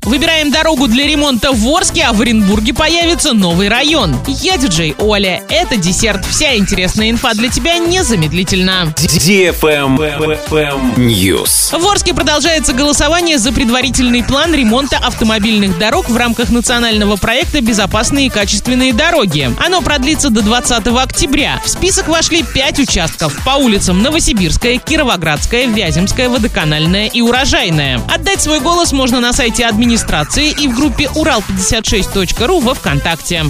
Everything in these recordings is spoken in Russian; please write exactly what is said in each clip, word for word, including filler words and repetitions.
Выбираем дорогу для ремонта в Орске, а в Оренбурге появится новый район. Я диджей Оля. Это десерт. Вся интересная инфа для тебя незамедлительно. News. В Орске продолжается голосование за предварительный план ремонта автомобильных дорог в рамках национального проекта «Безопасные и качественные дороги». Оно продлится до двадцатого октября. В список вошли пять участков по улицам Новосибирская, Кировоградская, Вяземская, Водоканальная и Урожайная. Отдать свой голос можно на сайте администрации и в группе урал пятьдесят шесть точка ру во ВКонтакте.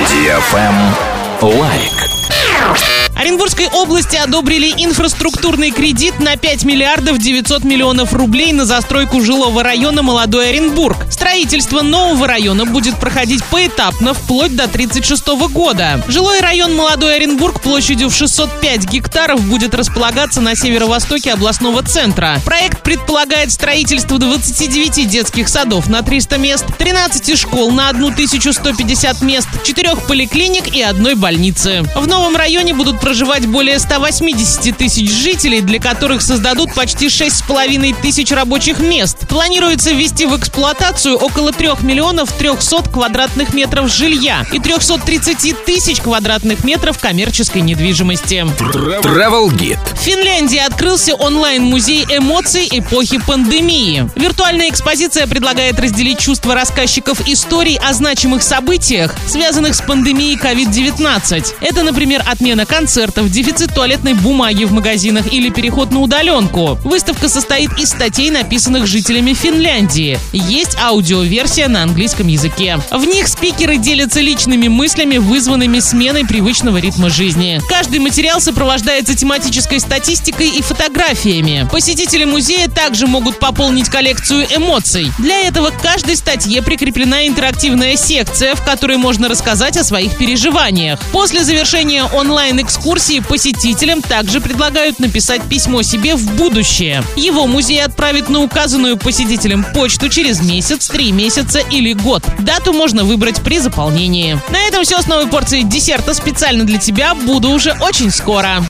Лайк. Оренбургской области одобрили инфраструктурный кредит на пять миллиардов девятьсот миллионов рублей на застройку жилого района «Молодой Оренбург». Строительство нового района будет проходить поэтапно вплоть до тридцать шестого года. Жилой район «Молодой Оренбург» площадью в шестьсот пять гектаров будет располагаться на северо-востоке областного центра. Проект предполагает строительство двадцати девяти детских садов на триста мест, тринадцати школ на тысячу сто пятьдесят мест, четырех поликлиник и одной больницы. В новом районе будут проживать более ста восьмидесяти тысяч жителей, для которых создадут почти шесть с половиной тысяч рабочих мест. Планируется ввести в эксплуатацию около трех миллионов трехсот квадратных метров жилья и трехсот тридцати тысяч квадратных метров коммерческой недвижимости. Travel Guide. В Финляндии открылся онлайн-музей эмоций эпохи пандемии. Виртуальная экспозиция предлагает разделить чувства рассказчиков историй о значимых событиях, связанных с пандемией ковид девятнадцать. Это, например, отмена концертов, дефицит туалетной бумаги в магазинах или переход на удаленку. Выставка состоит из статей, написанных жителями Финляндии. Есть аудиоверсия на английском языке. В них спикеры делятся личными мыслями, вызванными сменой привычного ритма жизни. Каждый материал сопровождается тематической статистикой и фотографиями. Посетители музея также могут пополнить коллекцию эмоций. Для этого к каждой статье прикреплена интерактивная секция, в которой можно рассказать о своих переживаниях. После завершения онлайн-экскурсии посетителям также предлагают написать письмо себе в будущее. Его музей отправит на указанную посетителям почту через месяц, три месяца или год. Дату можно выбрать при заполнении. На этом все с новой порцией десерта специально для тебя. Буду уже очень скоро.